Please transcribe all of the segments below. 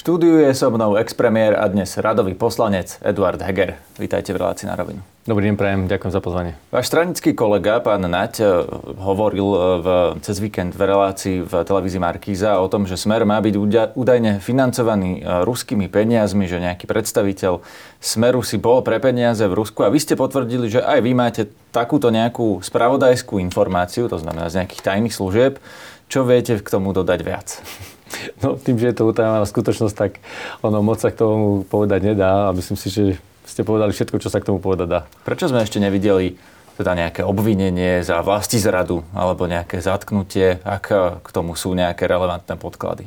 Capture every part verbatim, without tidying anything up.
štúdiu je so mnou ex-premiér a dnes radový poslanec Eduard Heger. Vítajte v relácii Na rovinu. Dobrý deň, prajem, ďakujem za pozvanie. Váš stranický kolega, pán Naď, hovoril v, cez víkend v relácii v televízii Markíza o tom, že Smer má byť údajne financovaný ruskými peniazmi, že nejaký predstaviteľ Smeru si bol pre peniaze v Rusku a vy ste potvrdili, že aj vy máte takúto nejakú spravodajskú informáciu, to znamená z nejakých tajných služieb. Čo viete k tomu dodať viac? No, tým, že je to utajovaná skutočnosť, tak ono moc sa k tomu povedať nedá a myslím si, že ste povedali všetko, čo sa k tomu povedať dá. Prečo sme ešte nevideli teda nejaké obvinenie za vlastizradu alebo nejaké zatknutie, ak k tomu sú nejaké relevantné podklady?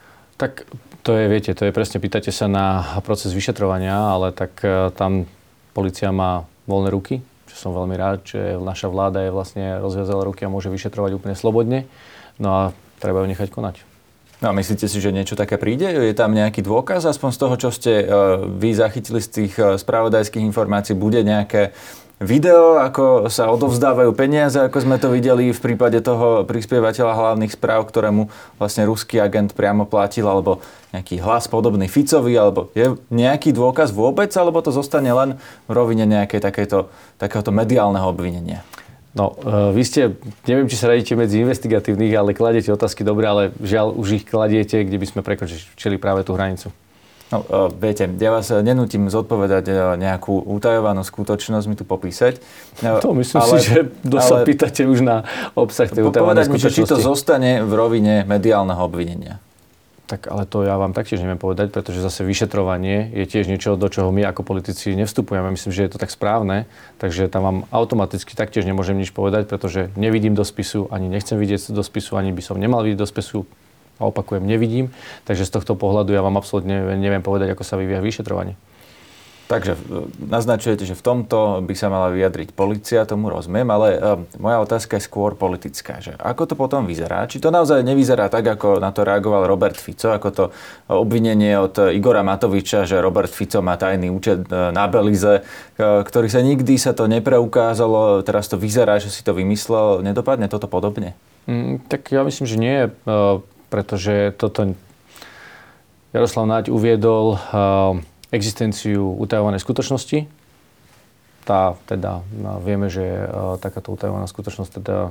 Tak to je, viete, to je presne, pýtate sa na proces vyšetrovania, ale tak tam polícia má voľné ruky, čo som veľmi rád, že naša vláda je vlastne rozviazala ruky a môže vyšetrovať úplne slobodne. No a treba ju nechať konať. No a myslíte si, že niečo také príde? Je tam nejaký dôkaz? Aspoň z toho, čo ste uh, vy zachytili z tých uh, spravodajských informácií, bude nejaké video, ako sa odovzdávajú peniaze, ako sme to videli v prípade toho prispievateľa hlavných správ, ktorému vlastne ruský agent priamo platil, alebo nejaký hlas podobný Ficovi, alebo je nejaký dôkaz vôbec, alebo to zostane len v rovine nejakej takéto, takéhoto mediálneho obvinenia? No, vy ste, neviem, či sa radíte medzi investigatívnych, ale kladiete otázky dobre, ale žiaľ, už ich kladiete, kde by sme prekročili práve tú hranicu. No, viete, ja vás nenútim zodpovedať nejakú utajovanú skutočnosť, mi tu popísať. To myslím ale, si, že dosť sa pýtate už na obsah tej utajovanej skutočnosti. Či to zostane v rovine mediálneho obvinenia. Tak ale to ja vám taktiež neviem povedať, pretože zase vyšetrovanie je tiež niečo, do čoho my ako politici nevstupujeme. Myslím, že je to tak správne, takže tam vám automaticky taktiež nemôžem nič povedať, pretože nevidím do spisu, ani nechcem vidieť do spisu, ani by som nemal vidieť do spisu. A opakujem, nevidím. Takže z tohto pohľadu ja vám absolútne neviem povedať, ako sa vyvíja vyšetrovanie. Takže naznačujete, že v tomto by sa mala vyjadriť polícia, tomu rozumiem, ale uh, moja otázka je skôr politická. Že ako to potom vyzerá? Či to naozaj nevyzerá tak, ako na to reagoval Robert Fico, ako to obvinenie od Igora Matoviča, že Robert Fico má tajný účet na Belize, uh, ktorý sa nikdy sa to nepreukázalo, teraz to vyzerá, že si to vymyslel. Nedopadne toto podobne? Mm, tak ja myslím, že nie, uh, pretože toto Jaroslav Naď uviedol uh, existenciu utajovanej skutočnosti. Tá teda, vieme, že uh, takáto utajovaná skutočnosť teda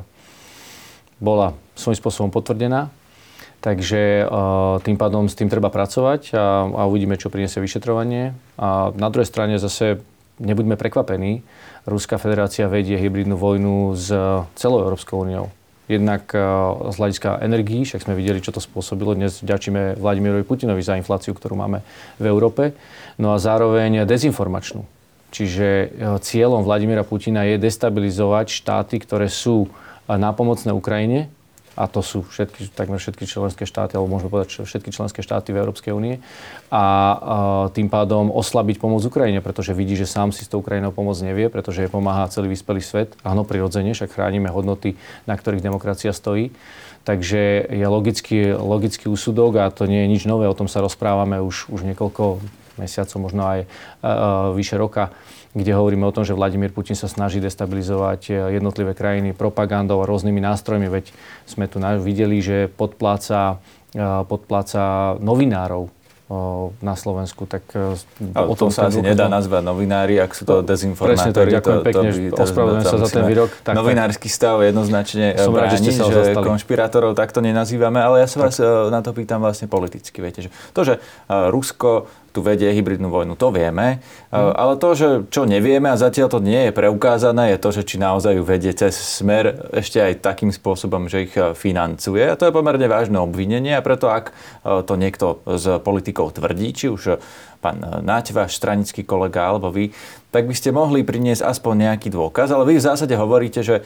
bola svojím spôsobom potvrdená. Takže uh, tým pádom s tým treba pracovať a, a uvidíme, čo prinesie vyšetrovanie. A na druhej strane zase nebuďme prekvapení. Ruská federácia vedie hybridnú vojnu s celou Európskou úniou. Jednak z hľadiska energií, však sme videli, čo to spôsobilo. Dnes vďačíme Vladimirovi Putinovi za infláciu, ktorú máme v Európe. No a zároveň dezinformačnú. Čiže cieľom Vladimíra Putina je destabilizovať štáty, ktoré sú nápomocné Ukrajine. A to sú všetky, takmer všetky členské štáty, alebo môžeme povedať všetky členské štáty v Európskej únie. A, a tým pádom oslabiť pomoc Ukrajine, pretože vidí, že sám si s tou Ukrajinou pomôcť nevie, pretože je pomáha celý vyspelý svet. Áno, prirodzene, však chránime hodnoty, na ktorých demokracia stojí. Takže je logický, logický úsudok a to nie je nič nové. O tom sa rozprávame už, už niekoľko mesiacov, možno aj a, a, vyše roka, kde hovoríme o tom, že Vladimír Putin sa snaží destabilizovať jednotlivé krajiny propagandou a rôznymi nástrojmi. Veď sme tu videli, že podpláca, podpláca novinárov na Slovensku. Tak o tom sa asi nedá nazvať novinári, ak sú to dezinformátori. Presne tak, ďakujem pekne, ospravedlňujem sa za ten výrok. Tak, novinársky stav jednoznačne bráni, že dostali. Konšpirátorov takto nenazývame, ale ja sa vás tak na to pýtam vlastne politicky. Viete, že to, že Rusko tu vedie hybridnú vojnu, to vieme, hmm. ale to, že čo nevieme a zatiaľ to nie je preukázané, je to, že či naozaj ju vedie cez Smer ešte aj takým spôsobom, že ich financuje. A to je pomerne vážne obvinenie a preto ak to niekto z politikov tvrdí, či už pán Naď, váš stranický kolega alebo vy, tak by ste mohli priniesť aspoň nejaký dôkaz, ale vy v zásade hovoríte, že,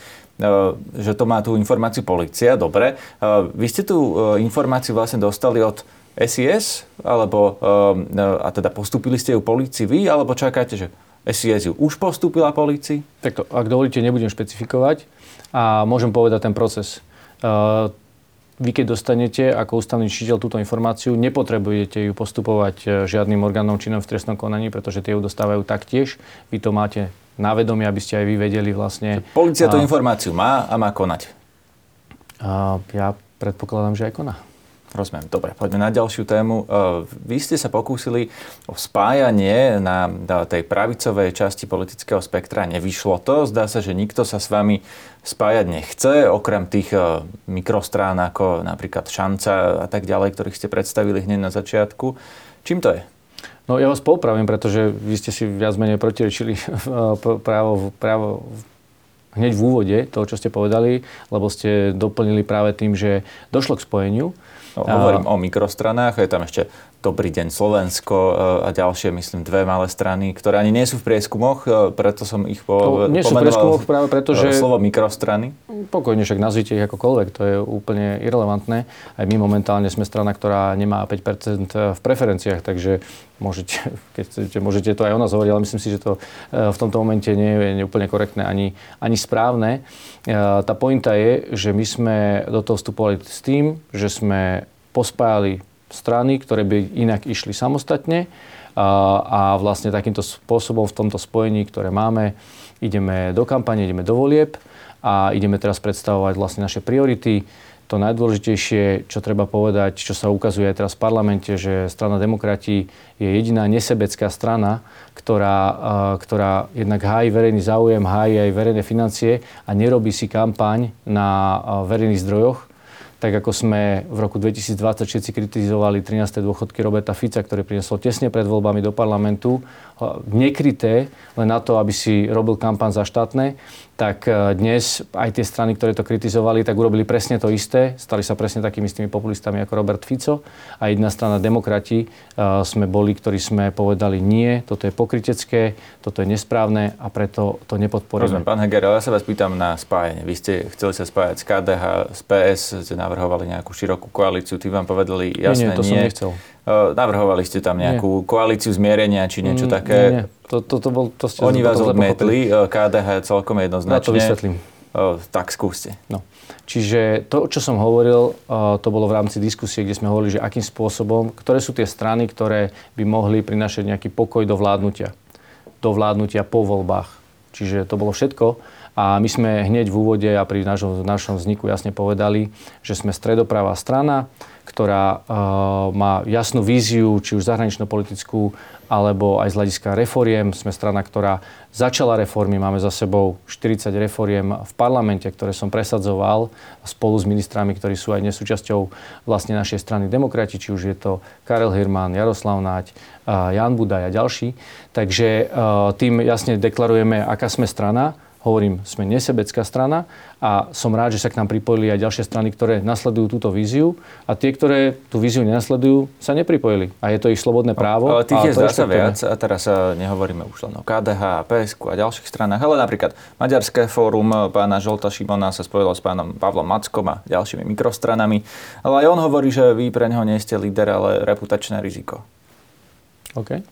že to má tú informáciu polícia, dobre. Vy ste tú informáciu vlastne dostali od es í es, alebo a teda postúpili ste ju polícii vy, alebo čakáte, že es í es ju už postúpila polícii? Takto, ak dovolíte, nebudem špecifikovať a môžem povedať ten proces. Vy, keď dostanete ako ústavný činiteľ túto informáciu, nepotrebujete ju postupovať žiadnym orgánom činnom v trestnom konaní, pretože tie ju dostávajú taktiež. Vy to máte na vedomí, aby ste aj vy vedeli vlastne. Polícia tú informáciu má a má konať. Ja predpokladám, že aj koná. Rozumiem. Dobre, poďme na ďalšiu tému. Vy ste sa pokúsili o spájanie na tej pravicovej časti politického spektra. Nevyšlo to. Zdá sa, že nikto sa s vami spájať nechce, okrem tých mikrostrán ako napríklad Šanca a tak ďalej, ktorých ste predstavili hneď na začiatku. Čím to je? No ja vás popravím, pretože vy ste si viac menej protirečili právo, právo hneď v úvode toho, čo ste povedali, lebo ste doplnili práve tým, že došlo k spojeniu. No, hovorím a... o mikrostranách, je tam ešte Dobrý deň Slovensko a ďalšie, myslím, dve malé strany, ktoré ani nie sú v prieskumoch, preto som ich po, nie sú v prieskumoch práve preto, že... slovo mikrostrany. Pokojne, však nazvite ich akokoľvek, to je úplne irelevantné. Aj my momentálne sme strana, ktorá nemá päť percent v preferenciách, takže môžete, keď chcete, môžete to aj o nás hovoriť, ale myslím si, že to v tomto momente nie je úplne korektné ani, ani správne. Tá pointa je, že my sme do toho vstupovali s tým, že sme pospájali strany, ktoré by inak išli samostatne a, a vlastne takýmto spôsobom v tomto spojení, ktoré máme, ideme do kampane, ideme do volieb a ideme teraz predstavovať vlastne naše priority. To najdôležitejšie, čo treba povedať, čo sa ukazuje aj teraz v parlamente, že strana Demokrati je jediná nesebecká strana, ktorá, ktorá jednak hájí verejný záujem, hájí aj verejné financie a nerobí si kampaň na verejných zdrojoch. Tak ako sme v roku dvetisícdvadsať všetci kritizovali trináste dôchodky Roberta Fica, ktorý priniesol tesne pred voľbami do parlamentu, nekryté len na to, aby si robil kampaň za štátne, tak dnes aj tie strany, ktoré to kritizovali, tak urobili presne to isté. Stali sa presne takými s tými populistami ako Robert Fico. A jedna strana Demokrati uh, sme boli, ktorí sme povedali nie, toto je pokrytecké, toto je nesprávne a preto to nepodporíme. Rozumiem, pán Heger, ale ja sa vás pýtam na spájanie. Vy ste chceli sa spájať s ká dé há, s pé es, ste navrhovali nejakú širokú koalíciu, tí vám povedali jasné nie. Nie, to nie. som nechcel. Uh, navrhovali ste tam nejakú nie. koalíciu zmierenia, či niečo mm, také. Nie, nie. To, to, to bol, to ste Oni vás odmietli, ká dé há celkom jednoznačne. Ja to vysvetlím. Uh, tak skúste. No. Čiže to, čo som hovoril, uh, to bolo v rámci diskusie, kde sme hovorili, že akým spôsobom, ktoré sú tie strany, ktoré by mohli prinašať nejaký pokoj do vládnutia. Do vládnutia po voľbách. Čiže to bolo všetko. A my sme hneď v úvode a pri našom, našom vzniku jasne povedali, že sme stredopravá strana, ktorá uh, má jasnú víziu, či už zahranično-politickú, alebo aj z hľadiska reforiem. Sme strana, ktorá začala reformy. Máme za sebou štyridsať reforiem v parlamente, ktoré som presadzoval spolu s ministrami, ktorí sú aj dnes súčasťou vlastne našej strany Demokrati, či už je to Karel Hirman, Jaroslav Naď, uh, Ján Budaj a ďalší. Takže uh, tým jasne deklarujeme, aká sme strana. Hovorím, sme nesebecká strana a som rád, že sa k nám pripojili aj ďalšie strany, ktoré nasledujú túto víziu a tie, ktoré tú víziu nenasledujú, sa nepripojili. A je to ich slobodné právo. Ale tých je zdá sa viac a teraz nehovoríme už len o ká dé há, pé esku a ďalších stranách, ale napríklad Maďarské fórum pána Zsolta Šimona sa spojilo s pánom Pavlom Mackom a ďalšími mikrostranami. Ale aj on hovorí, že vy pre neho nie ste líder, ale reputačné riziko. OK.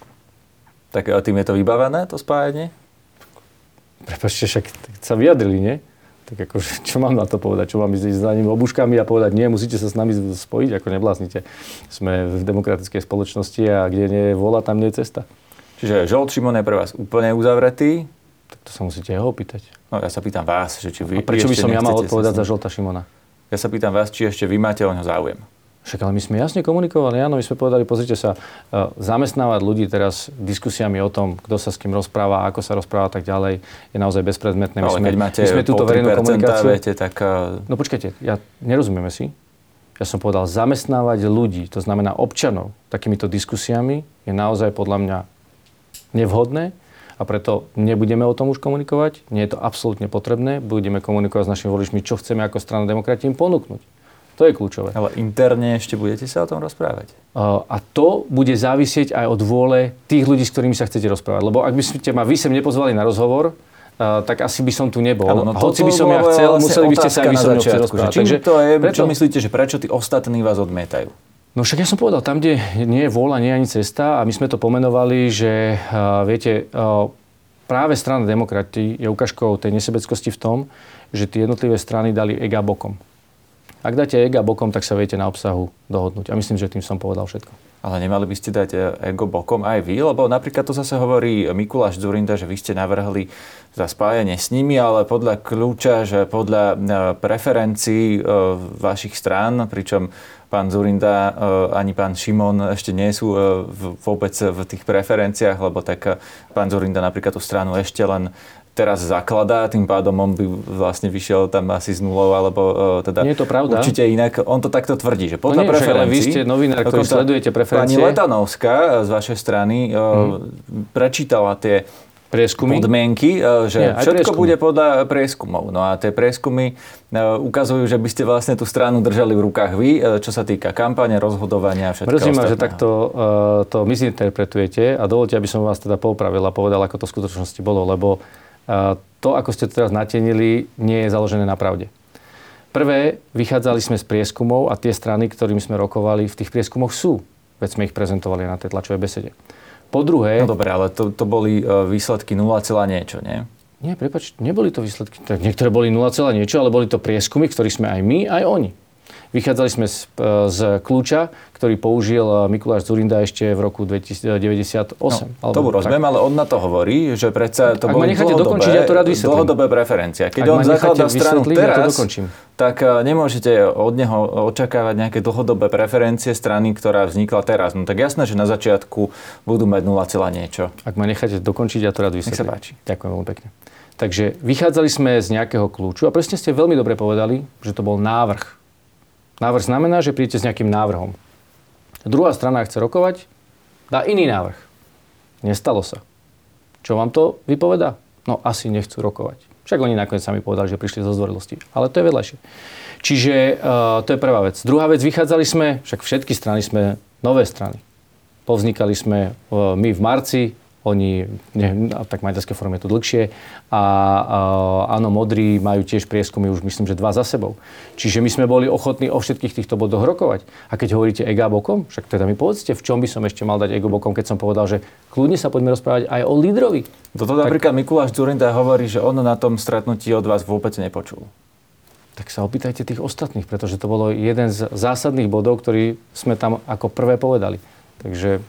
Tak tým je to vybavené, to spájanie? Prepáčte, však sa vyjadrili, nie? Tak akože, čo mám na to povedať? Čo mám ísť za nimi obuškami a povedať, nie, musíte sa s nami spojiť, ako nebláznite. Sme v demokratickej spoločnosti a kde nie je vôľa, tam nie je cesta. Čiže Zsolt Šimon je pre vás úplne uzavretý? Tak to sa musíte jeho opýtať. No ja sa pýtam vás, že či vy... A prečo by som ja mal odpovedať za Zsolta Šimona? Ja sa pýtam vás, či ešte vy máte o ňo záujem. Však ale my sme jasne komunikovali, áno, my sme povedali, pozrite sa, zamestnávať ľudí teraz diskusiami o tom, kto sa s kým rozpráva, ako sa rozpráva a tak ďalej, je naozaj bezpredmetné. My ale sme, keď máte my sme túto verejnú komunikáciu... Viete, tak... No počkajte, ja, nerozumieme si. Ja som povedal, zamestnávať ľudí, to znamená občanov, takýmito diskusiami je naozaj podľa mňa nevhodné a preto nebudeme o tom už komunikovať. Nie je to absolútne potrebné. Budeme komunikovať s našimi voličmi, čo chceme ako strana Demokrati im ponúknuť. To je kľúčové. Ale interne ešte budete sa o tom rozprávať? Uh, a to bude závisieť aj od vôle tých ľudí, s ktorými sa chcete rozprávať. Lebo ak by ste ma vy sem nepozvali na rozhovor, uh, tak asi by som tu nebol. Ano, no hoci by som ja chcel, museli by ste sa aj vy so mnou chcieť rozprávať. Čím to je, preto, čo myslíte, že prečo tí ostatní vás odmietajú? No však ja som povedal, tam, kde nie je vôľa, nie je ani cesta a my sme to pomenovali, že uh, viete, uh, práve strana Demokrati je ukážkou tej nesebeckosti v tom, že tie jednotlivé strany dali ega bokom. Ak dáte ega bokom, tak sa viete na obsahu dohodnúť. A myslím, že tým som povedal všetko. Ale nemali by ste dať ego bokom aj vy? Lebo napríklad to zase hovorí Mikuláš Dzurinda, že vy ste navrhli za spájanie s nimi, ale podľa kľúča, že podľa preferencií vašich strán, pričom pán Dzurinda ani pán Šimon ešte nie sú vôbec v tých preferenciách, lebo tak pán Dzurinda napríklad tú stranu ešte len teraz zakladá, tým pádom on by vlastne vyšiel tam asi s nulou, alebo uh, teda nie je to pravda. Určite inak. On to takto tvrdí, že podľa no nie, preferencií... Ale vy ste novinár, ktorý sledujete preferencie. Pani Letanovská z vašej strany uh, mm. prečítala tie prieskumy? Podmienky, uh, že nie, všetko prieskumy. bude podľa prieskumov. No a tie prieskumy uh, ukazujú, že by ste vlastne tú stranu držali v rukách vy, uh, čo sa týka kampane, rozhodovania a všetkého ostatného. Mrzí ma, že takto uh, to misinterpretujete a dovolte, aby som vás teda poupravil a povedal, ako to v skutočnosti bolo, lebo to, ako ste to teraz natienili, nie je založené na pravde. Prvé, vychádzali sme z prieskumov a tie strany, ktorými sme rokovali, v tých prieskumoch sú. Veď sme ich prezentovali na tej tlačovej besede. Po druhé... No dobre, ale to, to boli výsledky nula, niečo, nie? Nie, prepáč, neboli to výsledky. Tak niektoré boli nula, niečo, ale boli to prieskumy, v ktorých sme aj my, aj oni. Vychádzali sme z, z kľúča, ktorý použil Mikuláš Dzurinda ešte v roku deväťdesiatosem. No, tomu rozumiem, ale on na to hovorí, že predsa to ak boli dlhodobé, ja to rád dlhodobé preferencie. Keď ak on zakladá stranu teraz, ja tak nemôžete od neho očakávať nejaké dlhodobé preferencie strany, ktorá vznikla teraz. No tak jasné, že na začiatku budú mať nula, niečo. Ak ma necháte dokončiť, ja to rád vysvetlím. Nech sa páči. Ďakujem veľmi pekne. Takže vychádzali sme z nejakého kľúču a presne ste veľmi dobre povedali, že to bol návrh. Návrh znamená, že prídete s nejakým návrhom. Druhá strana chce rokovať, dá iný návrh. Nestalo sa. Čo vám to vypovedá? No asi nechcú rokovať. Však oni nakoniec sami povedali, že prišli zo zdvorilosti. Ale to je vedľajšie. Čiže uh, to je prvá vec. Druhá vec, vychádzali sme, však všetky strany sme nové strany. Povznikali sme uh, my v marci, oni, ne, tak Maďarské fórum je tu dlhšie a áno, modrí majú tiež prieskumy už myslím, že dva za sebou. Čiže my sme boli ochotní o všetkých týchto bodoch rokovať. A keď hovoríte ega bokom, však teda mi povedzte, v čom by som ešte mal dať ego bokom, keď som povedal, že kľudne sa poďme rozprávať aj o lídrovi. Toto tak... napríklad Mikuláš Dzurinda hovorí, že on na tom stretnutí od vás vôbec nepočul. Tak sa opýtajte tých ostatných, pretože to bolo jeden z zásadných bodov, ktorý sme tam ako prvé povedali. Takže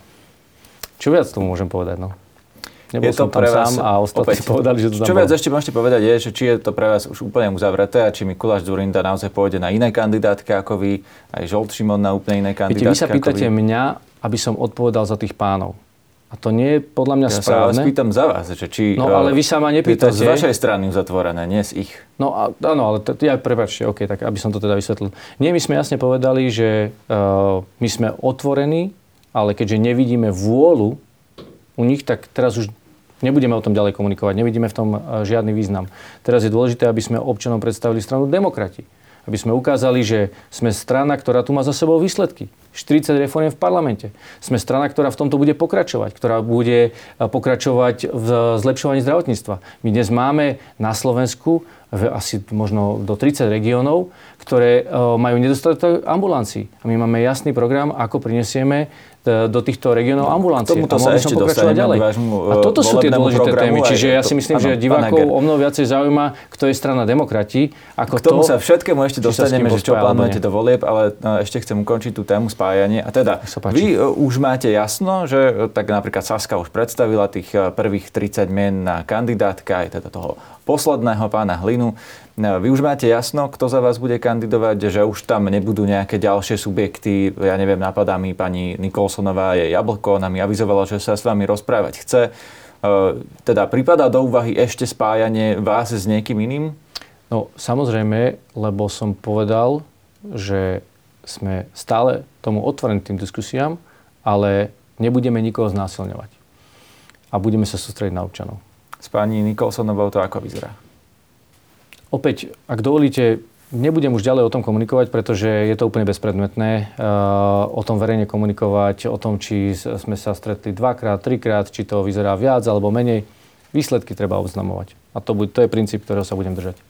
čo viac tomu môžem povedať, no? Nebol je to som tam pre vás, sám a ostatní povedali, že to tam Čo viac bolo. ešte môžete povedať je, že či je to pre vás už úplne uzavreté a či Mikuláš Dzurinda naozaj pôjde na iné kandidátke ako vy, aj Žolt Šimon na úplne iné kandidátke. Viete, vy sa pýtate mňa, aby som odpovedal za tých pánov. A to nie je podľa mňa ja správne. Ja sa vás pýtam za vás, že či... No ale vy sa ma nepýtate. Je to z vašej strany uzatvorené, nie z ich. No áno, ale to, ja prepáčte, OK, tak aby som to teda vysvetlil. Nie, my sme jasne povedali, že uh, my sme otvorení, ale keďže nevidíme vôľu u nich, tak teraz už nebudeme o tom ďalej komunikovať, nevidíme v tom žiadny význam. Teraz je dôležité, aby sme občanom predstavili stranu Demokrati. Aby sme ukázali, že sme strana, ktorá tu má za sebou výsledky. štyridsať reforiem v parlamente. Sme strana, ktorá v tomto bude pokračovať, ktorá bude pokračovať v zlepšovaní zdravotníctva. My dnes máme na Slovensku asi možno do tridsať regiónov, ktoré majú nedostatok ambulancií. A my máme jasný program, ako prinesieme do týchto regiónov ambulancie. Tomuto sa ešte dostaneme ďalej. A toto sú tie dôležité témy. Čiže ja si myslím, to, že divákov o mnoho viacej zaujíma, kto je strana Demokrati, ako k tomu to, sa všetkému ešte dostaneme, že čo plánujete do volieb, ale ešte chcem ukončiť tú tému spájanie. A teda, vy už máte jasno, že tak napríklad Saska už predstavila tých prvých tridsať mien na kandidátka, aj teda toho posledného pána Hlinu. Vy už máte jasno, kto za vás bude kandidovať, že už tam nebudú nejaké ďalšie subjekty. Ja neviem, napadá mi pani Nikolsonová, je Jablko, ona mi avizovala, že sa s vami rozprávať chce. Teda pripadá do úvahy ešte spájanie vás s niekým iným? No samozrejme, lebo som povedal, že sme stále tomu otvorení tým diskusiám, ale nebudeme nikoho znásilňovať. A budeme sa sústrediť na občanov. S pani Nikolsonovou to ako vyzerá? Opäť, ak dovolíte, nebudem už ďalej o tom komunikovať, pretože je to úplne bezpredmetné. Uh, o tom verejne komunikovať, o tom, či sme sa stretli dvakrát, trikrát, či to vyzerá viac alebo menej. Výsledky treba oznamovať. A to, to je princíp, ktorého sa budem držať.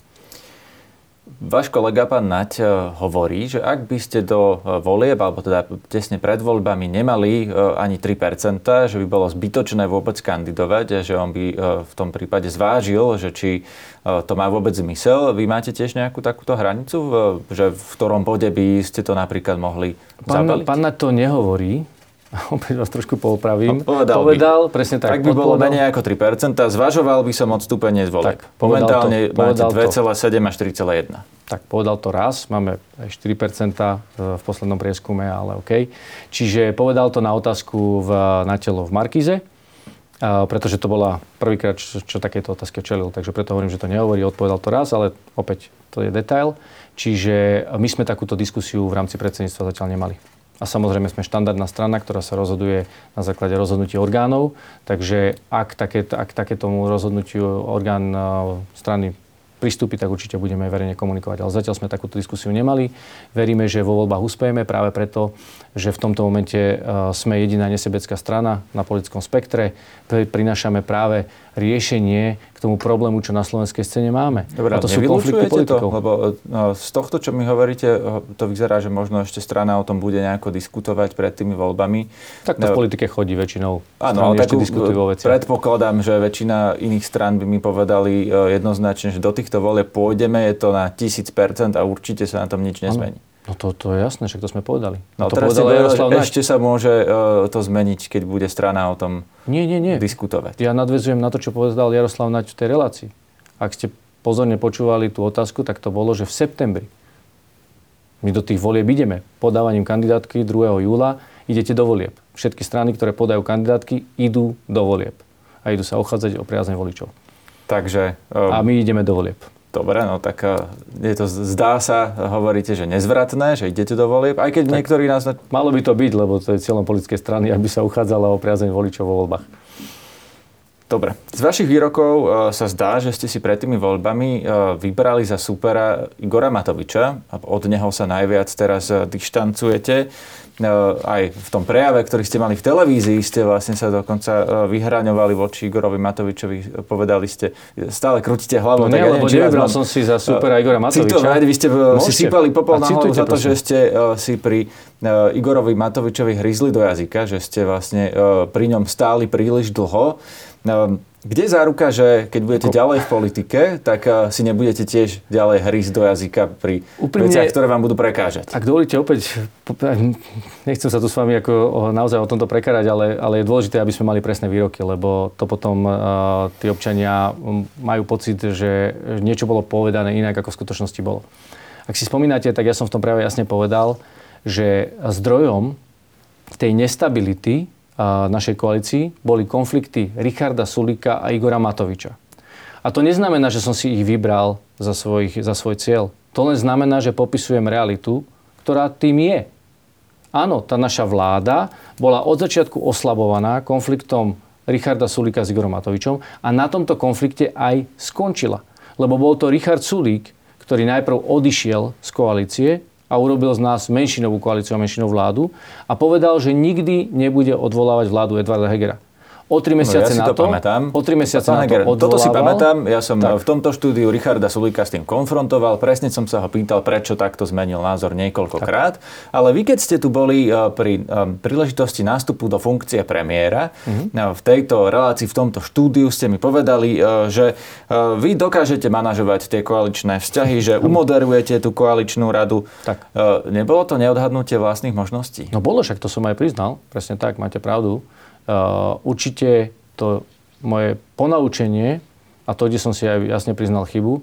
Váš kolega pán Naď hovorí, že ak by ste do volieb, alebo teda tesne pred voľbami nemali ani tri percentá, že by bolo zbytočné vôbec kandidovať, že on by v tom prípade zvážil, že či to má vôbec zmysel. Vy máte tiež nejakú takúto hranicu, že v ktorom bode by ste to napríklad mohli pán, zabaliť? Pán Naď to nehovorí, opäť vás trošku poopravím, no, povedal, povedal presne tak. Tak by bolo menej ako tri percentá, zvažoval by som odstúpenie z volieb. Momentálne to, máte dva celé sedem až tri celé jeden. Tak povedal to raz, máme aj štyri percentá v poslednom prieskume, ale OK. Čiže povedal to na otázku v, na telo v Markíze, pretože to bola prvýkrát, čo, čo takéto otázky čelil. Takže preto hovorím, že to nehovorí, odpovedal to raz, ale opäť to je detail. Čiže my sme takúto diskusiu v rámci predsedníctva zatiaľ nemali. A samozrejme sme štandardná strana, ktorá sa rozhoduje na základe rozhodnutí orgánov. Takže ak, také, ak takému rozhodnutiu orgán strany pristúpi, tak určite budeme verejne komunikovať. Ale zatiaľ sme takúto diskusiu nemali. Veríme, že vo voľbách uspejeme práve preto, že v tomto momente sme jediná nesebecká strana na politickom spektre. Prinášame práve riešenie k tomu problému, čo na slovenskej scéne máme. Dobre, a to sú konflikty politikov. To, lebo no, z tohto, čo mi hovoríte, to vyzerá, že možno ešte strana o tom bude nejako diskutovať pred tými voľbami. Tak to no, v politike chodí väčšinou. Áno, tak diskutujú vo veciach. Predpokladám, že väčšina iných strán by mi povedali jednoznačne, že do týchto volieb pôjdeme, je to na tisíc percent a určite sa na tom nič nezmení. Ano. No to, to je jasné, však to sme povedali. No to teraz si povedal, že ešte sa môže uh, to zmeniť, keď bude strana o tom nie, nie, nie. diskutovať. Ja nadväzujem na to, čo povedal Jaroslav Naď v tej relácii. Ak ste pozorne počúvali tú otázku, tak to bolo, že v septembri my do tých volieb ideme. Podávaním kandidátky druhého júla idete do volieb. Všetky strany, ktoré podajú kandidátky, idú do volieb. A idú sa uchádzať o priazeň voličov. Takže... Um... A my ideme do volieb. Dobre, no tak je to, zdá sa, hovoríte, že nezvratné, že idete do volieb, aj keď tak niektorí nás... Malo by to byť, lebo to je cieľom politickej strany, aby sa uchádzala o priazeň voličov vo voľbách. Dobre. Z vašich výrokov uh, sa zdá, že ste si pred tými voľbami uh, vybrali za supera Igora Matoviča. Od neho sa najviac teraz uh, dištancujete. Uh, aj v tom prejave, ktorý ste mali v televízii, ste vlastne sa dokonca uh, vyhraňovali voči Igorovi Matovičovi. Povedali ste, stále krútite hlavou. No nie, lebo nevybral som si za supera Igora Matoviča. Citovať, vy ste uh, si sypali popol na hlavu za to, prosím. Že ste uh, si pri uh, Igorovi Matovičovi hryzli do jazyka, že ste vlastne uh, pri ňom stáli príliš dlho. Kde je záruka, že keď budete ďalej v politike, tak si nebudete tiež ďalej hrísť do jazyka pri Úprimne, veciach, ktoré vám budú prekážať? Ak dovolíte opäť, nechcem sa tu s vami ako naozaj o tomto prekárať, ale, ale je dôležité, aby sme mali presné výroky, lebo to potom uh, tí občania majú pocit, že niečo bolo povedané inak, ako v skutočnosti bolo. Ak si spomínate, tak ja som v tom práve jasne povedal, že zdrojom tej nestability našej koalícii boli konflikty Richarda Sulíka a Igora Matoviča. A to neznamená, že som si ich vybral za, svojich, za svoj cieľ. To len znamená, že popisujem realitu, ktorá tým je. Áno, tá naša vláda bola od začiatku oslabovaná konfliktom Richarda Sulíka s Igorom Matovičom a na tomto konflikte aj skončila. Lebo bol to Richard Sulík, ktorý najprv odišiel z koalície a urobil z nás menšinovú koalíciu a menšinovú vládu a povedal, že nikdy nebude odvolávať vládu Edvarda Hegera. O tri mesiace no, ja na to, o tri mesiace na to odvolával. Toto si pamätám, ja som tak. v tomto štúdiu Richarda Sulíka s tým konfrontoval, presne som sa ho pýtal, prečo takto zmenil názor niekoľkokrát, ale vy keď ste tu boli pri príležitosti nástupu do funkcie premiéra, mm-hmm. v tejto relácii, v tomto štúdiu ste mi povedali, že vy dokážete manažovať tie koaličné vzťahy, že umoderujete tú koaličnú radu. Tak. Nebolo to neodhadnutie vlastných možností? No bolo, však to som aj priznal, presne tak, máte pravdu. Uh, určite to moje ponaučenie, a to, kde som si aj jasne priznal chybu,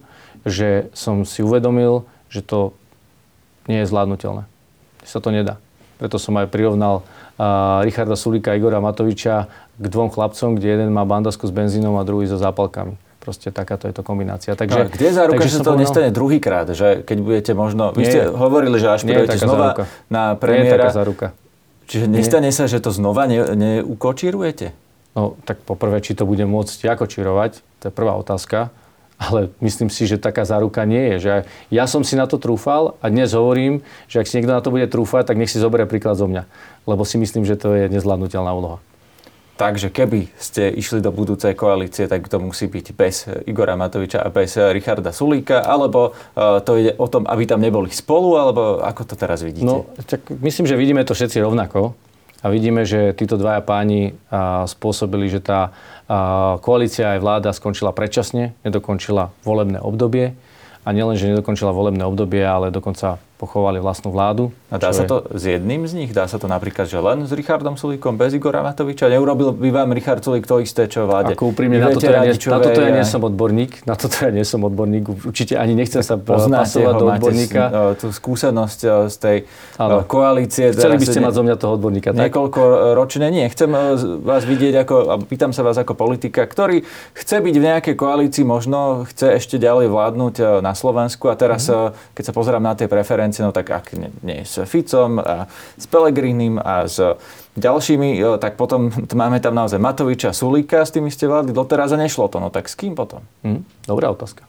že som si uvedomil, že to nie je zvládnutelné. Sa to nedá. Preto som aj prirovnal uh, Richarda Sulíka a Igora Matoviča k dvom chlapcom, kde jeden má bandasku s benzínom a druhý so zápalkami. Proste takáto je to kombinácia. Takže, no, kde je záruka, že to povedal... nestane druhýkrát? Že keď budete možno... Vy ste hovorili, že až prídete znova záruka. na premiéra. Nie je taká záruka. Čiže nestane sa, že to znova ne, neukočírujete? No, tak poprvé, či to bude môcť ako čírovať, to je prvá otázka. Ale myslím si, že taká záruka nie je. Že ja som si na to trúfal a dnes hovorím, že ak si niekto na to bude trúfať, tak nech si zoberie príklad zo mňa. Lebo si myslím, že to je nezvládnutelná úloha. Takže keby ste išli do budúcej koalície, tak to musí byť bez Igora Matoviča a bez Richarda Sulíka, alebo uh, to ide o tom, aby tam neboli spolu, alebo ako to teraz vidíte? No, tak myslím, že vidíme to všetci rovnako a vidíme, že títo dvaja páni uh, spôsobili, že tá uh, koalícia aj vláda skončila predčasne, nedokončila volebné obdobie a nielen, že nedokončila volebné obdobie, ale dokonca pochovali vlastnú vládu. A dá sa to je... s jedným z nich? Dá sa to napríklad, že len s Richardom Sulíkom, bez Igora Matoviča? Neurobil by vám Richard Sulík to isté, čo vláde? Ako úprimne, na toto ja, na toto ja nie som odborník. Na toto ja nie som odborník. Určite ani nechcem sa Poznáte pasovať ho, do odborníka. Máte tú skúsenosť z tej ano. koalície. Chceli by ste mať zo mňa toho odborníka, tak? Niekoľko ročné. Nie, chcem vás vidieť ako, a pýtam sa vás ako politika, ktorý chce byť v nejakej koalícii, možno chce ešte ďalej vládnuť na Slovensku a teraz, mm. keď sa pozerám na tie preferencie, no tak ak nie, nie s Ficom a s Pellegrinim a s ďalšími, tak potom máme tam naozaj Matoviča, Sulíka, s tými ste vládli doteraz a nešlo to. No tak s kým potom? Mm. Dobrá otázka.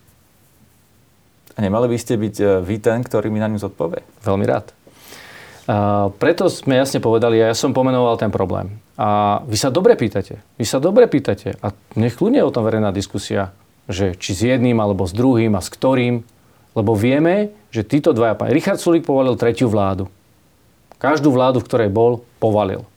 A nemali by ste byť vy ten, ktorý mi na ňu zodpovie? Veľmi rád. A preto sme jasne povedali, a ja som pomenoval ten problém. A vy sa dobre pýtate. Vy sa dobre pýtate. A nech kľudne je o tom verejná diskusia, že či s jedným, alebo s druhým a s ktorým. Lebo vieme, že títo dvaja páni... Richard Sulík povalil tretiu vládu. Každú vládu, v ktorej bol, povalil.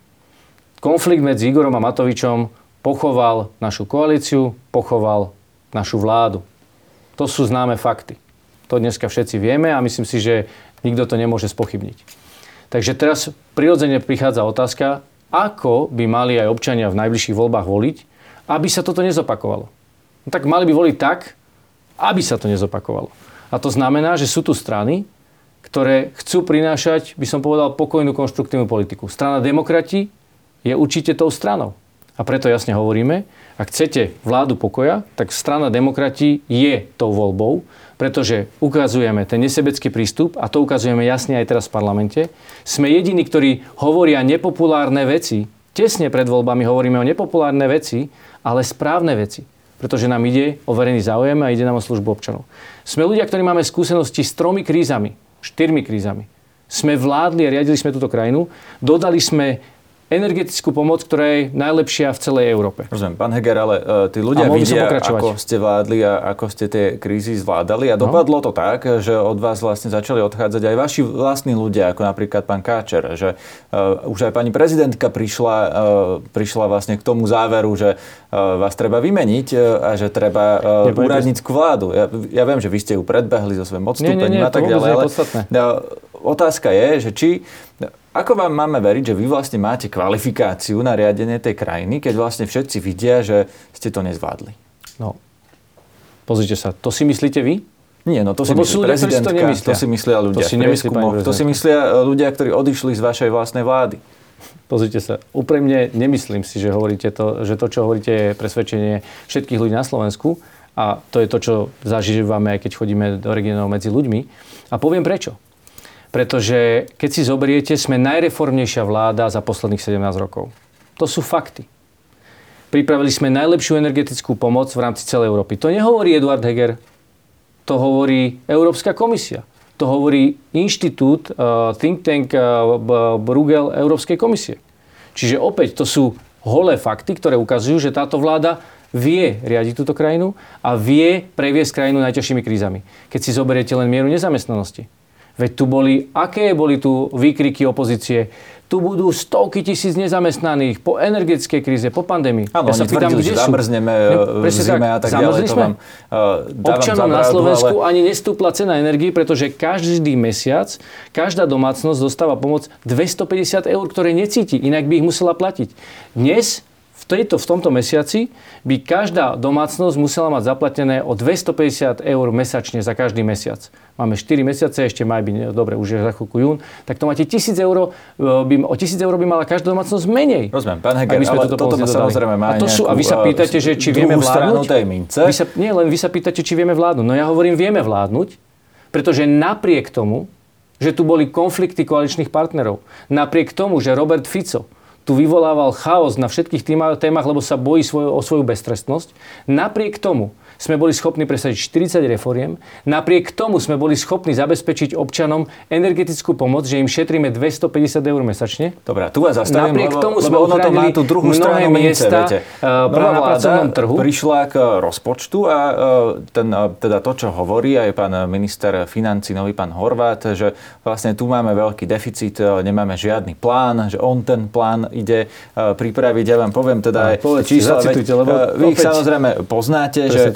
Konflikt medzi Igorom a Matovičom pochoval našu koalíciu, pochoval našu vládu. To sú známe fakty. To dneska všetci vieme a myslím si, že nikto to nemôže spochybniť. Takže teraz prirodzene prichádza otázka, ako by mali aj občania v najbližších voľbách voliť, aby sa toto nezopakovalo. No tak mali by voliť tak, aby sa to nezopakovalo. A to znamená, že sú tu strany, ktoré chcú prinášať, by som povedal, pokojnú konštruktívnu politiku. Strana Demokrati je určite tou stranou. A preto jasne hovoríme, ak chcete vládu pokoja, tak strana Demokrati je tou voľbou, pretože ukazujeme ten nesebecký prístup, a to ukazujeme jasne aj teraz v parlamente. Sme jediní, ktorí hovoria nepopulárne veci. Tesne pred voľbami hovoríme o nepopulárne veci, ale správne veci. Pretože nám ide o verejný záujem a ide nám o službu občanov. Sme ľudia, ktorí máme skúsenosti s tromi krízami, štyrmi krízami. Sme vládli a riadili sme túto krajinu, dodali sme energetickú pomoc, ktorá je najlepšia v celej Európe. Rozumiem, pán Heger, ale uh, tí ľudia vidia, ako ste vládli a ako ste tie krízy zvládali a dopadlo no. to tak, že od vás vlastne začali odchádzať aj vaši vlastní ľudia, ako napríklad pán Káčer, že uh, už aj pani prezidentka prišla, uh, prišla vlastne k tomu záveru, že uh, vás treba vymeniť uh, a že treba uh, úradnícku vládu. Ja, ja viem, že vy ste ju predbehli so svojím odstúpením a tak ďalej, ale uh, otázka je, že či ako vám máme veriť, že vy vlastne máte kvalifikáciu na riadenie tej krajiny, keď vlastne všetci vidia, že ste to nezvládli? No, pozrite sa, to si myslíte vy? Nie, no to si myslí prezidentka, to, to si myslia ľudia to si v prieskumoch, to si myslia ľudia, ktorí odišli z vašej vlastnej vlády. Pozrite sa, úprimne nemyslím si, že hovoríte to, že to, čo hovoríte, je presvedčenie všetkých ľudí na Slovensku a to je to, čo zažívame, aj keď chodíme do regiónov medzi ľuďmi. A poviem prečo. Pretože keď si zoberiete, sme najreformnejšia vláda za posledných sedemnásť rokov. To sú fakty. Pripravili sme najlepšiu energetickú pomoc v rámci celej Európy. To nehovorí Eduard Heger, to hovorí Európska komisia. To hovorí inštitút, uh, think tank uh, Bruegel Európskej komisie. Čiže opäť to sú holé fakty, ktoré ukazujú, že táto vláda vie riadiť túto krajinu a vie previesť krajinu najťažšími krízami. Keď si zoberiete len mieru nezamestnanosti. Veď tu boli, aké boli tu výkriky opozície? Tu budú stovky tisíc nezamestnaných po energetickej kríze, po pandémii. Áno, ja oni tvrdili, že zamrzneme v zime a tak ďalej. To vám, uh, Občanom na Slovensku ale... ani nestúpla cena energii, pretože každý mesiac, každá domácnosť dostáva pomoc dvestopäťdesiat eur, ktoré necíti, inak by ich musela platiť. Dnes V, tejto, v tomto mesiaci by každá domácnosť musela mať zaplatené o dvestopäťdesiat eur mesačne za každý mesiac. Máme štyri mesiace, ešte maj by, dobre, už je za chvíľku jún, tak to máte tisíc eur, by, o tisíc eur by mala každá domácnosť menej. Rozumiem, pán Heger, ale toto má samozrejme má a to sú, a vy sa pýtate, že či vieme vládnuť? Vy sa, nie, len vy sa pýtate, či vieme vládnuť. No ja hovorím, vieme vládnuť, pretože napriek tomu, že tu boli konflikty koaličných partnerov, napriek tomu, že Robert Fico tu vyvolával chaos na všetkých témach, lebo sa bojí svoju, o svoju beztrestnosť. Napriek tomu sme boli schopní presadiť štyridsať reforiem. Napriek tomu sme boli schopní zabezpečiť občanom energetickú pomoc, že im šetríme dvestopäťdesiat eur mesačne. Dobre, tu vás zastavím, napriek lebo, tomu lebo sme ono to má tú druhú stranu mince, viete. Nová vláda prišla k rozpočtu a ten, teda to, čo hovorí aj pán minister financí, nový pán Horvát, že vlastne tu máme veľký deficit, nemáme žiadny plán, že on ten plán ide pripraviť. Ja vám poviem teda aj čísla, veď, vy ich samozrejme poznáte, že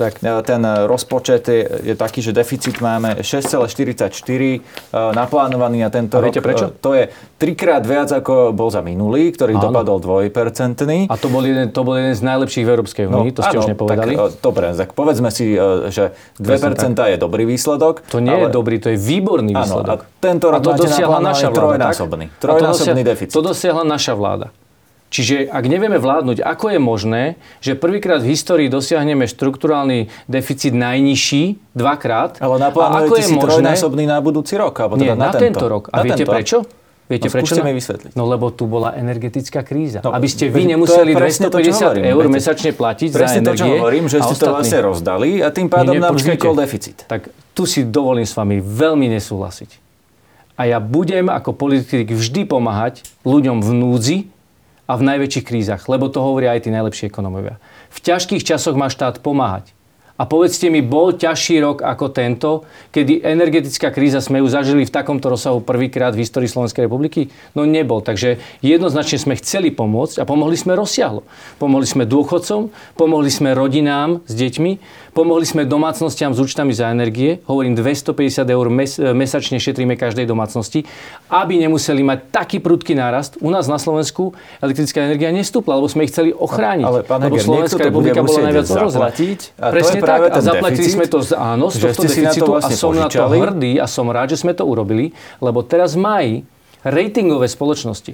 tak ten rozpočet je, je taký, že deficit máme šesť celá štyridsaťštyri naplánovaný na tento a rok. Viete prečo? To je trikrát viac, ako bol za minulý, ktorý áno. dopadol dvojpercentný. A to bol jeden, to bol jeden z najlepších v Európskej únii, no, to ste áno, už nepovedali. Tak, dobre, tak povedzme si, že dve percentá je dobrý výsledok. To nie ale... je dobrý, to je výborný výsledok. Áno, a tento rok a to dosiahla naša vláda, trojnásobný. Trojnásobný deficit. To dosiahla naša vláda. Čiže ak nevieme vládnuť, ako je možné, že prvýkrát v histórii dosiahneme štrukturálny deficit najnižší dvakrát. Ale naplánujete si možné... trojnásobný na budúci rok? Alebo Nie, teda na, na tento, tento rok. A na viete tento? prečo? Viete no, prečo? mi vysvetliť. No lebo tu bola energetická kríza. No, aby ste vy nemuseli dvestopäťdesiat eur mesačne platiť presne za energie. Presne to, čo hovorím, že ste to vlastne rozdali a tým pádom nám vznikol deficit. Tak tu si dovolím s vami veľmi nesúhlasiť. A ja budem ako politik vždy pomáhať ľuďom v núdzi a v najväčších krízach, lebo to hovoria aj tí najlepší ekonómovia. V ťažkých časoch má štát pomáhať. A povedzte mi, bol ťažší rok ako tento, kedy energetická kríza sme ju zažili v takomto rozsahu prvýkrát v histórii Slovenskej republiky? No nebol. Takže jednoznačne sme chceli pomôcť a pomohli sme rozsiahlo. Pomohli sme dôchodcom, pomohli sme rodinám s deťmi, pomohli sme domácnostiam s účtami za energie. Hovorím, dvestopäťdesiat eur mes- mesačne šetríme každej domácnosti, aby nemuseli mať taký prudký nárast. U nás na Slovensku elektrická energia nestúpla, lebo sme ich chceli ochrániť. Ale pán Heger, Slovenská republika bola najviac ohrozená. Presne tak. A zaplatili deficit, sme to z, áno, z tohto deficitu to vlastne a som požičali. Na to hrdý a som rád, že sme to urobili, lebo teraz v máji ratingové spoločnosti,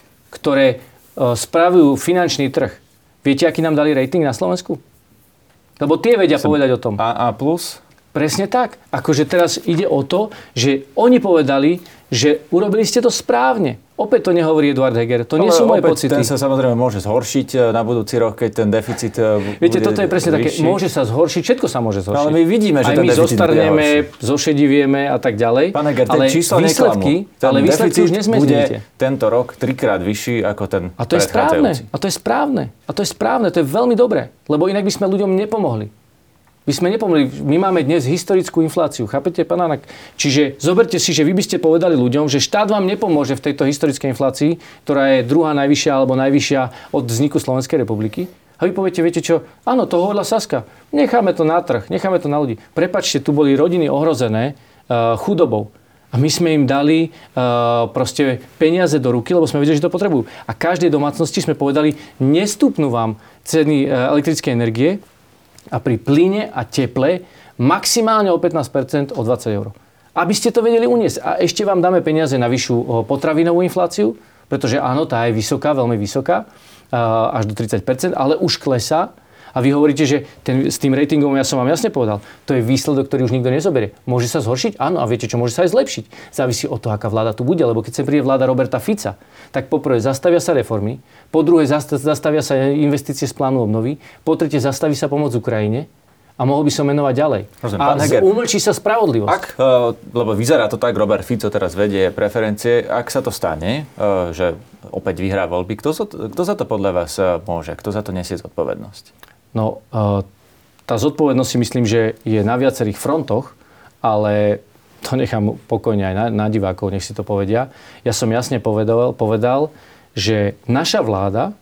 ktoré uh, spravujú finančný trh, viete, aký nám dali rating na Slovensku? Lebo tie vedia som povedať o tom. á á plus? Presne tak. Akože teraz ide o to, že oni povedali, že urobili ste to správne. Opäť to nehovorí Eduard Heger. To nie Ale sú moje pocity. Ten sa samozrejme môže zhoršiť na budúci rok, keď ten deficit Viete, bude toto je presne vyšší. Také, môže sa zhoršiť, všetko sa môže zhoršiť. Ale my vidíme, že aj ten my zostarneme, zošedivieme a tak ďalej. Pán Heger, ten čísla neklamú. Ale výsledky už nezmizíte. Tento rok trikrát vyšší ako ten a to je správne. A to je správne. A to je správne. To je veľmi dobré. Lebo inak by sme ľuďom nepomohli. My sme nepomohli. My máme dnes historickú infláciu. Chápete, pán Hanak? Čiže zoberte si, že vy by ste povedali ľuďom, že štát vám nepomôže v tejto historickej inflácii, ktorá je druhá najvyššia alebo najvyššia od vzniku Slovenskej republiky. A vy poviete, viete čo? Áno, to hovorila Saska. Necháme to na trh, necháme to na ľudí. Prepáčte, tu boli rodiny ohrozené uh, chudobou. A my sme im dali uh, proste peniaze do ruky, lebo sme vedeli, že to potrebujú. A každej domácnosti sme povedali, nestúpnú vám ceny uh, elektrickej energie, a pri plyne a teple maximálne o pätnásť percent o dvadsať eur. Aby ste to vedeli uniesť. A ešte vám dáme peniaze na vyššiu potravinovú infláciu, pretože áno, tá je vysoká, veľmi vysoká, až do tridsať percent, ale už klesá. A vy hovoríte, že ten, s tým ratingom, ja som vám jasne povedal, to je výsledok, ktorý už nikto nezoberie. Môže sa zhoršiť? Áno. A viete čo, môže sa aj zlepšiť. Závisí od toho, aká vláda tu bude. Lebo keď sa príde vláda Roberta Fica, tak poprvé zastavia sa reformy, po druhé zastavia sa investície z plánu obnovy, po tretie zastaví sa pomoc Ukrajine a mohol by som menovať ďalej. Rozumiem, a umlčí sa spravodlivosť. Ak, uh, lebo vyzerá to tak, Robert Fico teraz vedie preferencie, ak sa to stane, uh, že opäť vyhrá voľby, kto, kto za to podľa vás môže? Kto za to nesie zodpovednosť? No, tá zodpovednosť si myslím, že je na viacerých frontoch, ale to nechám pokojne aj na, na divákov, nech si to povedia. Ja som jasne povedal, povedal, že naša vláda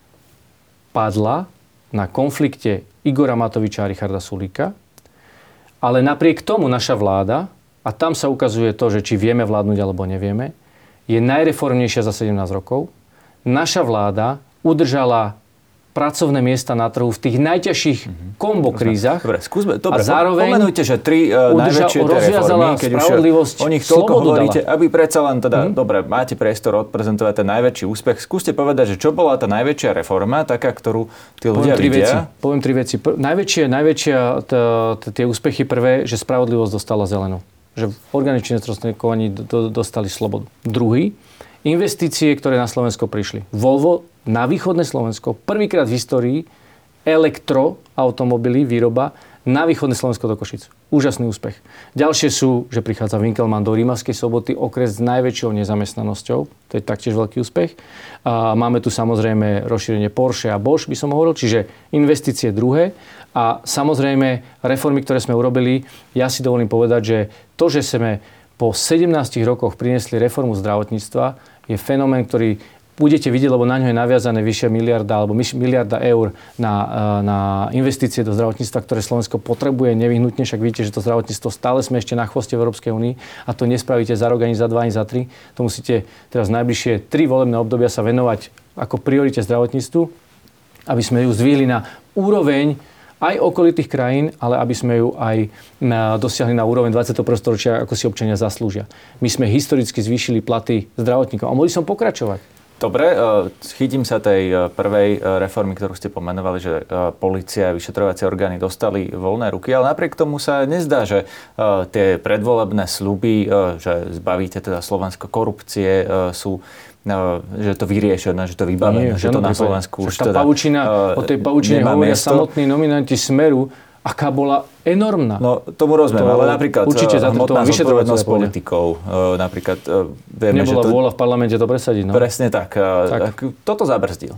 padla na konflikte Igora Matoviča a Richarda Sulíka, ale napriek tomu naša vláda, a tam sa ukazuje to, že či vieme vládnuť alebo nevieme, je najreformnejšia za sedemnásť rokov. Naša vláda udržala pracovné miesta na trhu v tých najťažších mm-hmm. kombo krízach. Dobre, skúsme, dobre, a zároveň pomenujte, že tri uh, najväčšie reformy, keď už o nich toľko hovoríte, aby predsa len teda, mm-hmm. dobre, máte priestor odprezentovať ten najväčší úspech. Skúste povedať, že čo bola tá najväčšia reforma, taká, ktorú tí ľudia Poviem vidia? Veci. Poviem tri veci. Pr- najväčšie, najväčšie t- t- tie úspechy prvé, že spravodlivosť dostala zelenú. Že v orgáne činnom sprostredkovaní dostali slobodu. Druhý, investície, ktoré na Slovensko prišli. Volvo na východné Slovensko, prvýkrát v histórii elektroautomobily, výroba na východné Slovensko do Košic. Úžasný úspech. Ďalšie sú, že prichádza Winkelmann do Rímavskej Soboty, okres s najväčšou nezamestnanosťou. To je taktiež veľký úspech. A máme tu samozrejme rozšírenie Porsche a Bosch, by som hovoril, čiže investície druhé. A samozrejme reformy, ktoré sme urobili, ja si dovolím povedať, že to, že sme po sedemnástich rokoch priniesli reformu zdravotníctva, je fenomén, ktorý budete vidieť, lebo na ňo je naviazané vyššia miliarda alebo miliarda eur na, na investície do zdravotníctva, ktoré Slovensko potrebuje nevyhnutne, však vidíte, že to zdravotníctvo stále sme ešte na chvoste v Európskej únii a to nespravíte za rok, ani za dva, ani za tri. To musíte teraz najbližšie tri volebné obdobia sa venovať ako priorite zdravotníctvu, aby sme ju zdvihli na úroveň aj okolitých krajín, ale aby sme ju aj dosiahli na úroveň dvadsiateho prvého storočia, ako si občania zaslúžia. My sme historicky zvýšili platy zdravotníkov a mohli som pokračovať. Dobre, chytím sa tej prvej reformy, ktorú ste pomenovali, že polícia a vyšetrovacie orgány dostali voľné ruky, ale napriek tomu sa nezdá, že tie predvolebné sľuby, že zbavíte teda Slovensko korupcie, sú že to vyriešené, že to vybavené, že to na Slovensku už teda pavučina, o tej pavučine hovoria miesto. Samotní nominanti Smeru, aká bola enormná. No, tomu rozumiem, to, ale napríklad hmotná zodpovednosť politikov, napríklad vieme, nebola že to... vôľa v parlamente to presadiť. No? Presne tak. tak. Toto zabrzdil.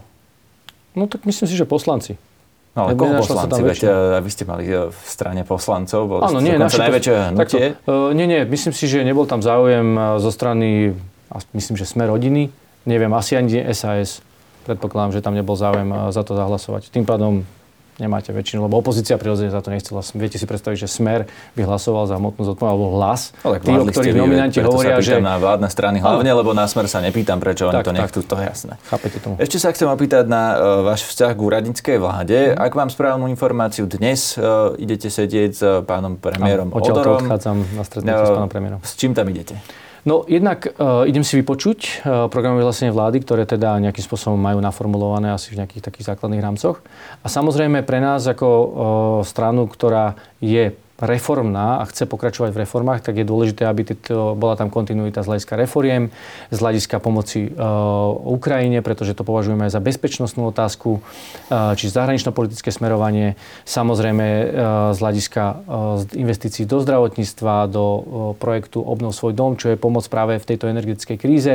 No tak myslím si, že poslanci. No ale koho poslanci? Veď vy ste mali v strane poslancov, bol Áno, nie, dokonca najväčšie hnutie. Uh, nie, nie, myslím si, že nebol tam záujem zo strany, myslím, že Smer rodiny, neviem, asi ani es a es. Predpokladám, že tam nebol záujem za to zahlasovať. Tým pádom nemáte väčšinu, lebo opozícia prirodzene za to nechcela. Viete si predstaviť, že Smer by hlasoval za hmotnú zodpovednosť, alebo Hlas. No, tí, o ktorých nominanti hovoria, že... na vládne strany hlavne, ale... lebo na Smer sa nepýtam, prečo oni to nechcú, to je jasné. Chápete tomu. Ešte sa chcem opýtať na uh, váš vzťah k úradníckej vláde. Mm. Ak mám správnu informáciu, dnes uh, idete sedieť s pánom premiérom Áno, Odorom. Odchádzam na stretnutie uh, s pánom premiérom. S čím tam idete? No jednak uh, idem si vypočuť uh, programové vyhlásenie vlády, ktoré teda nejakým spôsobom majú naformulované asi v nejakých takých základných rámcoch. A samozrejme pre nás ako uh, stranu, ktorá je reformná a chce pokračovať v reformách, tak je dôležité, aby tieto, bola tam kontinuita z hľadiska reforiem, z hľadiska pomoci uh, Ukrajine, pretože to považujeme aj za bezpečnostnú otázku, uh, či zahranično-politické smerovanie, samozrejme uh, z hľadiska uh, investícií do zdravotníctva, do uh, projektu Obnov svoj dom, čo je pomoc práve v tejto energetickej kríze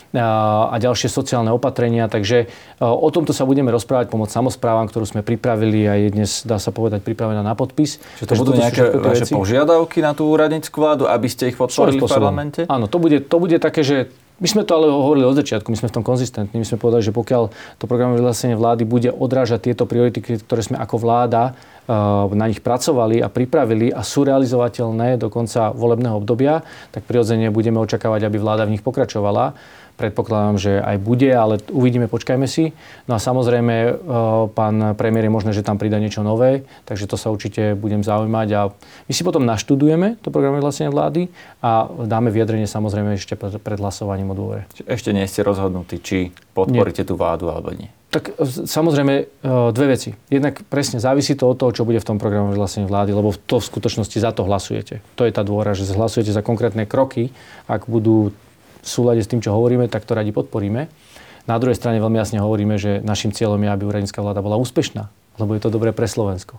a ďalšie sociálne opatrenia. Takže o tomto sa budeme rozprávať, pomoc samosprávam, ktorú sme pripravili a je dnes, dá sa povedať, pripravená na podpis. Čiže to budú nejaké vaše požiadavky na tú úradnícku vládu, aby ste ich podporili v parlamente? Áno, to bude, to bude také, že my sme to ale hovorili od začiatku, my sme v tom konzistentní. My sme povedali, že pokiaľ to programové vyhlásenie vlády bude odrážať tieto priority, ktoré sme ako vláda na nich pracovali a pripravili a sú realizovateľné do konca volebného obdobia, tak prirodzene budeme očakávať, aby vláda v nich pokračovala. Predpokladám, že aj bude, ale uvidíme, počkajme si. No a samozrejme, pán premiér je možné, že tam pridá niečo nové, takže to sa určite budem zaujímať a my si potom naštudujeme to programové vyhlásenie vlády a dáme vyjadrenie samozrejme ešte pred hlasovaním o dôvere. Ešte nie ste rozhodnutí, či podporíte nie. tú vládu alebo nie? Tak samozrejme dve veci. Jednak presne závisí to od toho, čo bude v tom programovom vyhlásení vlády, lebo to v skutočnosti za to hlasujete. To je tá dôvera, že hlasujete za konkrétne kroky, ak budú v súlade s tým, čo hovoríme, tak to radi podporíme. Na druhej strane veľmi jasne hovoríme, že našim cieľom je, aby úradnícka vláda bola úspešná, lebo je to dobré pre Slovensko.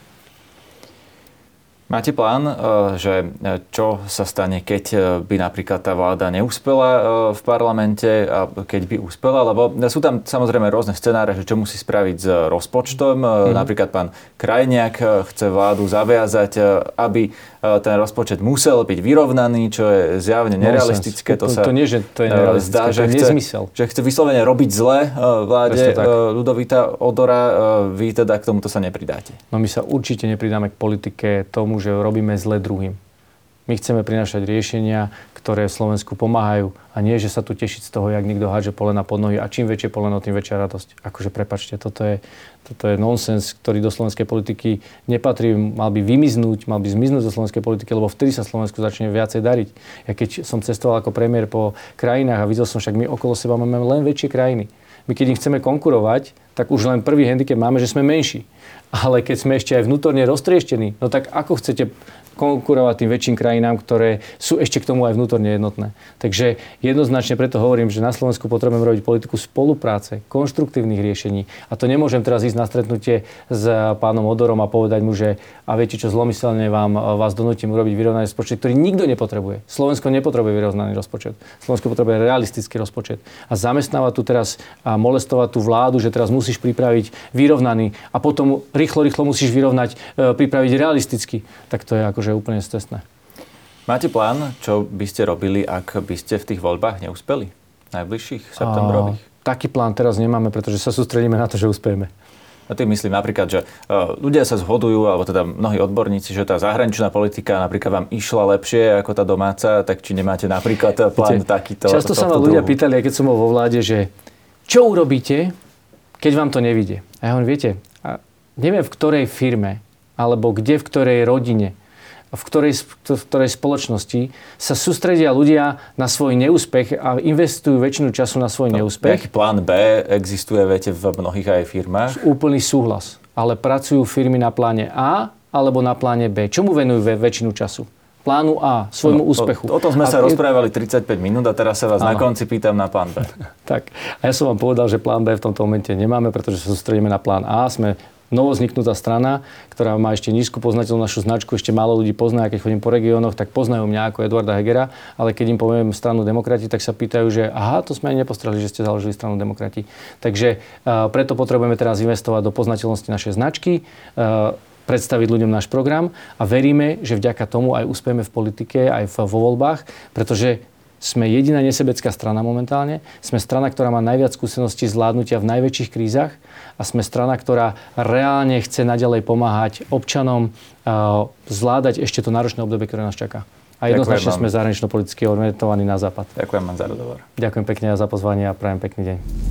Máte plán, že čo sa stane, keď by napríklad tá vláda neúspela v parlamente a keď by úspela? Lebo sú tam samozrejme rôzne scenáre, že čo musí spraviť s rozpočtom. Mm. Napríklad pán Krajniak chce vládu zaviazať, aby ten rozpočet musel byť vyrovnaný, čo je zjavne nerealistické. To, to, to nie, že to je nerealistické, zdá, že to je chce, nezmysel. Že chce vyslovene robiť zle vláde Ľudovita Odora. Vy teda k tomuto sa nepridáte? No my sa určite nepridáme k politike tomu, že robíme zle druhým. My chceme prinášať riešenia, ktoré Slovensku pomáhajú a nie, že sa tu tešiť z toho, jak niekto hádže polena pod nohy a čím väčšie poleno, tým väčšia radosť. Akože prepáčte, toto je, toto je nonsens, ktorý do slovenskej politiky nepatrí, mal by vymiznúť, mal by zmiznúť do slovenskej politiky, lebo vtedy sa Slovensku začne viacej dariť. Ja keď som cestoval ako premiér po krajinách a videl som, však my okolo seba máme len väčšie krajiny. My keď im chceme konkurovať, tak už len prvý handicap máme, že sme menší. Ale keď sme ešte aj vnútorne roztrieštení, no tak ako chcete konkurovať tým väčším krajinám, ktoré sú ešte k tomu aj vnútorne jednotné. Takže jednoznačne preto hovorím, že na Slovensku potrebujeme robiť politiku spolupráce, konštruktívnych riešení. A to nemôžem teraz ísť na stretnutie s pánom Odorom a povedať mu, že a viete čo, zlomyselne vám, vás donútim urobiť vyrovnaný rozpočet, ktorý nikto nepotrebuje. Slovensko nepotrebuje vyrovnaný rozpočet. Slovensko potrebuje realistický rozpočet. A zamestnávať tu teraz a molestovať tú vládu, že teraz musíš pripraviť vyrovnaný a potom rýchlo, rýchlo musíš vyrovnať, pripraviť realisticky. Tak to je ako že je úplne scestné. Máte plán, čo by ste robili, ak by ste v tých voľbách neúspeli? najbližších, septembrových? A, taký plán teraz nemáme, pretože sa sústredíme na to, že uspejeme. A tým myslím napríklad, že ľudia sa zhodujú, alebo teda mnohí odborníci, že tá zahraničná politika napríklad vám išla lepšie ako tá domáca, tak či nemáte napríklad plán Viete, takýto? Často sa ma ľudia pýtali, aj keď som bol vo vláde, že čo urobíte, keď vám to nevíde? A ja hovorím, viete, neviem v ktorej firme, alebo kde, v ktorej rodine, v ktorej, v ktorej spoločnosti sa sústredia ľudia na svoj neúspech a investujú väčšinu času na svoj no, neúspech. Nejaký plán B existuje, viete, v mnohých aj firmách? Úplný súhlas. Ale pracujú firmy na pláne A alebo na pláne B. Čomu venujú väčšinu času? Plánu A, svojmu no, úspechu. O, o tom sme a sa je... rozprávali tridsaťpäť minút a teraz sa vás Áno. na konci pýtam na plán B. Tak. A ja som vám povedal, že plán B v tomto momente nemáme, pretože sa sústredíme na plán A. Sme novozniknutá strana, ktorá má ešte nízku poznateľnú našu značku, ešte málo ľudí pozná, keď chodím po regiónoch, tak poznajú mňa ako Eduarda Hegera, ale keď im poviem stranu Demokrati, tak sa pýtajú, že aha, to sme ani nepostrehli, že ste založili stranu Demokrati. Takže uh, preto potrebujeme teraz investovať do poznateľnosti našej značky, uh, predstaviť ľuďom náš program a veríme, že vďaka tomu aj uspejeme v politike, aj vo voľbách, pretože sme jediná nesebecká strana momentálne. Sme strana, ktorá má najviac skúseností zvládnutia v najväčších krízach a sme strana, ktorá reálne chce naďalej pomáhať občanom uh, zvládať ešte to náročné obdobie, ktoré nás čaká. A jednoznačne sme zahranično-politicky orientovaní na západ. Ďakujem vám za rozhovor. Ďakujem pekne za pozvanie a prajem pekný deň.